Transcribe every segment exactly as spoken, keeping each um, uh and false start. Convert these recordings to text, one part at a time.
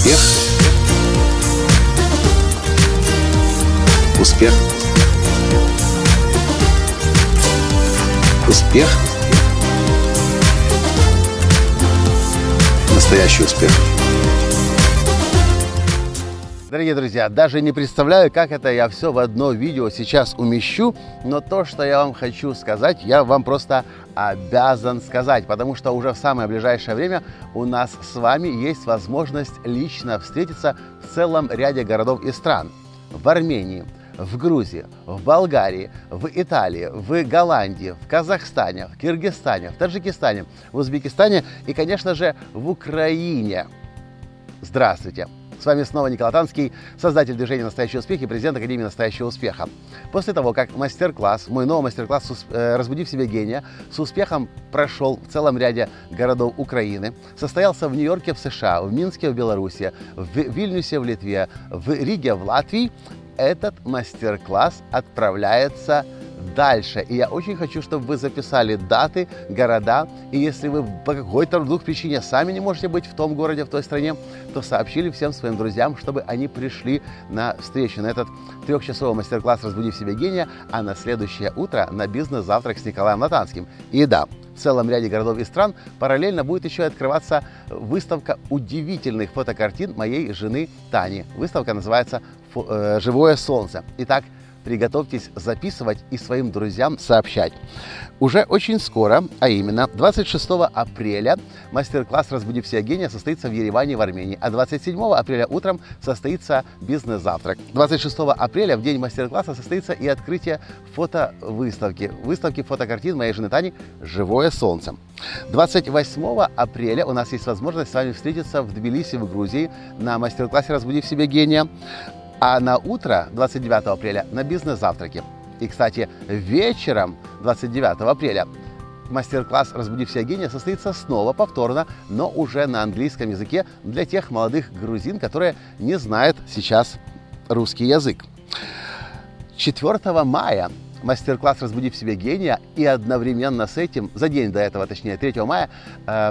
Успех. Успех. Успех. Настоящий успех. Дорогие друзья, даже не представляю, как это я все в одно видео сейчас умещу, но то, что я вам хочу сказать, я вам просто обязан сказать, потому что уже в самое ближайшее время у нас с вами есть возможность лично встретиться в целом ряде городов и стран. В Армении, в Грузии, в Болгарии, в Италии, в Голландии, в Казахстане, в Кыргызстане, в Таджикистане, в Узбекистане и, конечно же, в Украине. Здравствуйте! С вами снова Николай Танский, создатель движения «Настоящий успех» и президент Академии «Настоящего успеха». После того, как мастер-класс, мой новый мастер-класс «Разбуди в себе гения» с успехом прошел в целом ряде городов Украины, состоялся в Нью-Йорке в США, в Минске в Беларуси, в Вильнюсе в Литве, в Риге в Латвии, этот мастер-класс отправляется дальше. И я очень хочу, чтобы вы записали даты, города. И если вы по какой-то вдруг причине сами не можете быть в том городе, в той стране, то сообщили всем своим друзьям, чтобы они пришли на встречу, на этот трехчасовой мастер-класс «Разбуди в себе гения», а на следующее утро на бизнес-завтрак с Николаем Латанским. И да, в целом ряде городов и стран параллельно будет еще открываться выставка удивительных фотокартин моей жены Тани. Выставка называется «Живое солнце». Итак, приготовьтесь записывать и своим друзьям сообщать. Уже очень скоро, а именно двадцать шестого апреля, мастер-класс «Разбуди в себе гения» состоится в Ереване в Армении, а двадцать седьмого апреля утром состоится бизнес-завтрак. двадцать шестого апреля в день мастер-класса состоится и открытие фотовыставки, выставки фотокартин моей жены Тани «Живое солнце». двадцать восьмого апреля у нас есть возможность с вами встретиться в Тбилиси, в Грузии, на мастер-классе «Разбуди в себе гения». А на утро, двадцать девятого апреля, на бизнес-завтраке. И, кстати, вечером двадцать девятого апреля мастер-класс «Разбуди в себе гения» состоится снова повторно, но уже на английском языке для тех молодых грузин, которые не знают сейчас русский язык. четвёртого мая мастер-класс «Разбуди в себе гения» и одновременно с этим, за день до этого, точнее, третьего мая, э,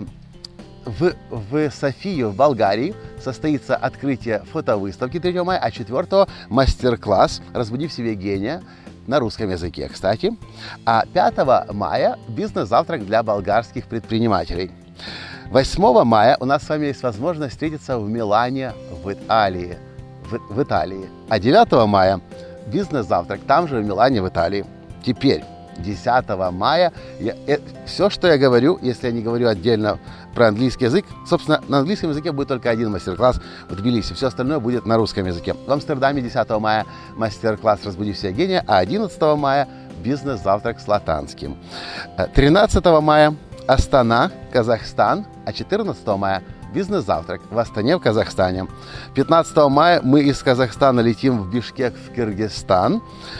В, в Софию, в Болгарии, состоится открытие фотовыставки третьего мая, а четвёртого мастер-класс «Разбуди в себе гения» на русском языке, кстати. А пятого мая бизнес-завтрак для болгарских предпринимателей. восьмого мая у нас с вами есть возможность встретиться в Милане, в Италии. В, в Италии. А девятого мая бизнес-завтрак там же, в Милане, в Италии. Теперь, десятого мая, я, э, все, что я говорю, если я не говорю отдельно про английский язык, собственно, на английском языке будет только один мастер-класс в Тбилиси, все остальное будет на русском языке. В Амстердаме десятого мая мастер-класс «Разбуди в себе гения», а одиннадцатого мая бизнес-завтрак с Латанским. тринадцатого мая Астана, Казахстан, а четырнадцатого мая бизнес-завтрак в Астане, в Казахстане. пятнадцатого мая мы из Казахстана летим в Бишкек, в Кыргызстан,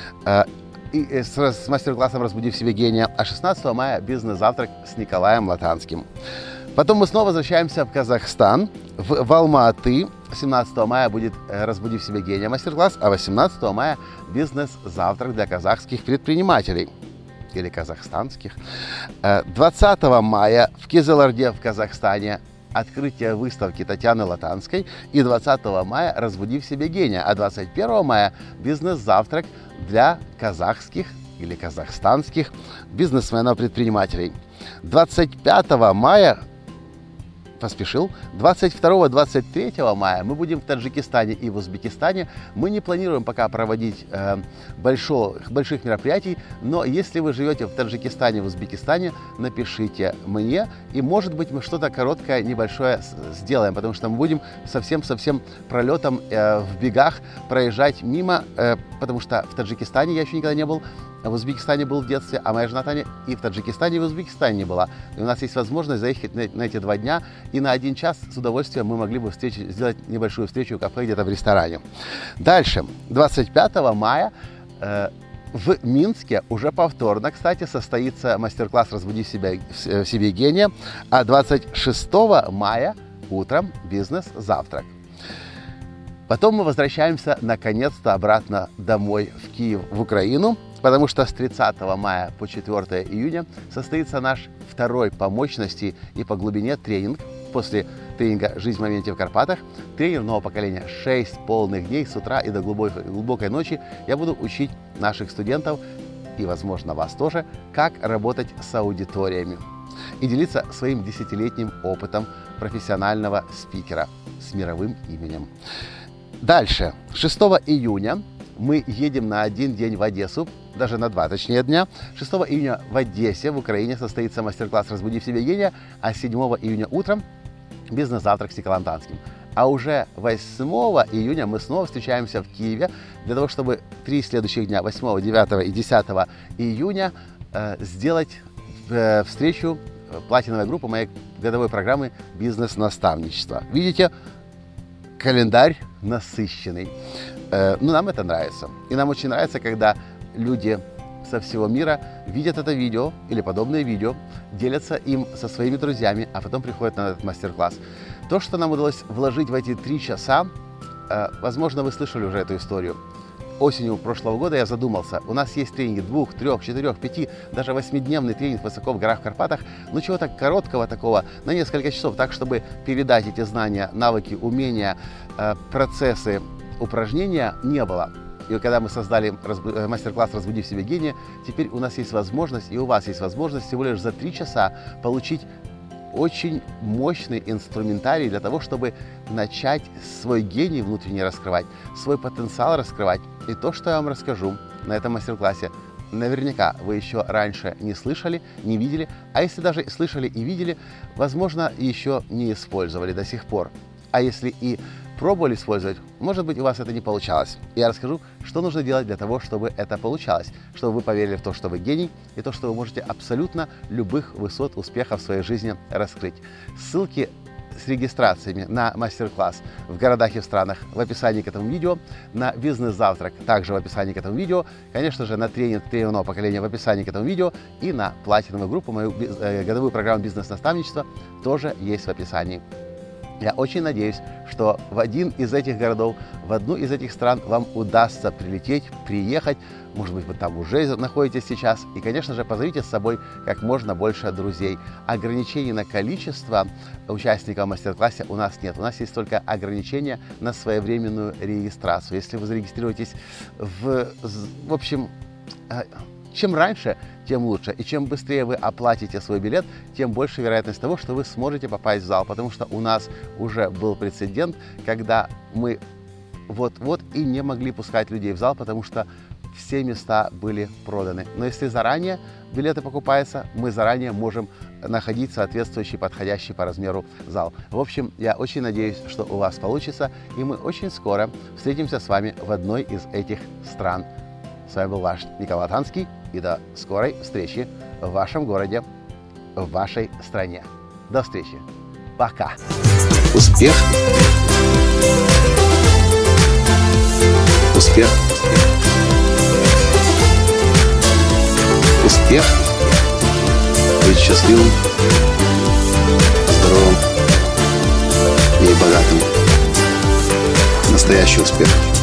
и с, с мастер-классом «Разбуди в себе гения», а шестнадцатого мая бизнес-завтрак с Николаем Латанским. Потом мы снова возвращаемся в Казахстан, в, в Алма-Аты. семнадцатого мая будет «Разбуди в себе гения» мастер-класс, а восемнадцатого мая бизнес-завтрак для казахских предпринимателей. Или казахстанских. двадцатого мая в Кизиларде в Казахстане открытие выставки Татьяны Латанской. И двадцатого мая «Разбуди в себе гения», а двадцать первого мая бизнес-завтрак для казахских или казахстанских бизнесменов-предпринимателей. двадцать пятого мая, поспешил, двадцать второго — двадцать третьего мая мы будем в Таджикистане и в Узбекистане. Мы не планируем пока проводить э, больших, больших мероприятий, но если вы живете в Таджикистане, в Узбекистане, напишите мне, и, может быть, мы что-то короткое, небольшое сделаем, потому что мы будем совсем-совсем пролетом э, в бегах проезжать мимо, э, потому что в Таджикистане я еще никогда не был, в Узбекистане был в детстве, а моя жена Таня и в Таджикистане, и в Узбекистане не была. И у нас есть возможность заехать на, на эти два дня, и на один час с удовольствием мы могли бы встреч, сделать небольшую встречу в кафе, где-то в ресторане. Дальше, двадцать пятого мая э, в Минске уже повторно, кстати, состоится мастер-класс «Разбуди в себе, в себе гения», а двадцать шестого мая утром бизнес-завтрак. Потом мы возвращаемся наконец-то обратно домой в Киев, в Украину, потому что с тридцатого мая по четвёртого июня состоится наш второй по мощности и по глубине тренинг после тренинга «Жизнь в моменте в Карпатах». Тренер нового поколения. шесть полных дней с утра и до глубокой, глубокой ночи я буду учить наших студентов и, возможно, вас тоже, как работать с аудиториями и делиться своим десятилетним опытом профессионального спикера с мировым именем. Дальше. шестого июня мы едем на один день в Одессу, даже на два, точнее, дня. шестого июня в Одессе, в Украине, состоится мастер-класс «Разбуди в себе гения», а седьмого июня утром бизнес-завтрак с Николаем Танским. А уже восьмого июня мы снова встречаемся в Киеве для того, чтобы три следующих дня, восьмого, девятого и десятого июня, э, сделать э, встречу платиновой группы моей годовой программы «Бизнес-наставничество». Видите, календарь насыщенный. Э, ну, нам это нравится. И нам очень нравится, когда люди со всего мира видят это видео или подобные видео, делятся им со своими друзьями, а потом приходят на этот мастер-класс. То, что нам удалось вложить в эти три часа, э, возможно, вы слышали уже эту историю. Осенью прошлого года я задумался, у нас есть тренинги двух, трех, четырех, пяти, даже восьмидневный тренинг высоко в горах Карпатах, ну чего-то короткого такого, на несколько часов, так, чтобы передать эти знания, навыки, умения, э, процессы, упражнения не было. И когда мы создали мастер-класс «Разбуди в себе гения», теперь у нас есть возможность, и у вас есть возможность всего лишь за три часа получить очень мощный инструментарий для того, чтобы начать свой гений внутренне раскрывать, свой потенциал раскрывать. И то, что я вам расскажу на этом мастер-классе, наверняка вы еще раньше не слышали, не видели, а если даже слышали и видели, возможно, еще не использовали до сих пор. А если и пробовали использовать, может быть, у вас это не получалось. Я расскажу, что нужно делать для того, чтобы это получалось, чтобы вы поверили в то, что вы гений, и то, что вы можете абсолютно любых высот успеха в своей жизни раскрыть. Ссылки с регистрациями на мастер-класс в городах и в странах в описании к этому видео, на бизнес-завтрак также в описании к этому видео, конечно же, на тренинг тренера нового поколения в описании к этому видео и на платиновую группу, мою годовую программу «Бизнес-наставничество» тоже есть в описании. Я очень надеюсь, что в один из этих городов, в одну из этих стран вам удастся прилететь, приехать. Может быть, вы там уже находитесь сейчас. И, конечно же, позовите с собой как можно больше друзей. Ограничений на количество участников мастер-класса у нас нет. У нас есть только ограничения на своевременную регистрацию. Если вы зарегистрируетесь в... В общем... Чем раньше, тем лучше. И чем быстрее вы оплатите свой билет, тем больше вероятность того, что вы сможете попасть в зал. Потому что у нас уже был прецедент, когда мы вот-вот и не могли пускать людей в зал, потому что все места были проданы. Но если заранее билеты покупаются, мы заранее можем находить соответствующий, подходящий по размеру зал. В общем, я очень надеюсь, что у вас получится. И мы очень скоро встретимся с вами в одной из этих стран. С вами был ваш Николай Танский. И до скорой встречи в вашем городе, в вашей стране. До встречи. Пока. Успех. Успех. Успех. Быть счастливым, здоровым и богатым. Настоящий успех.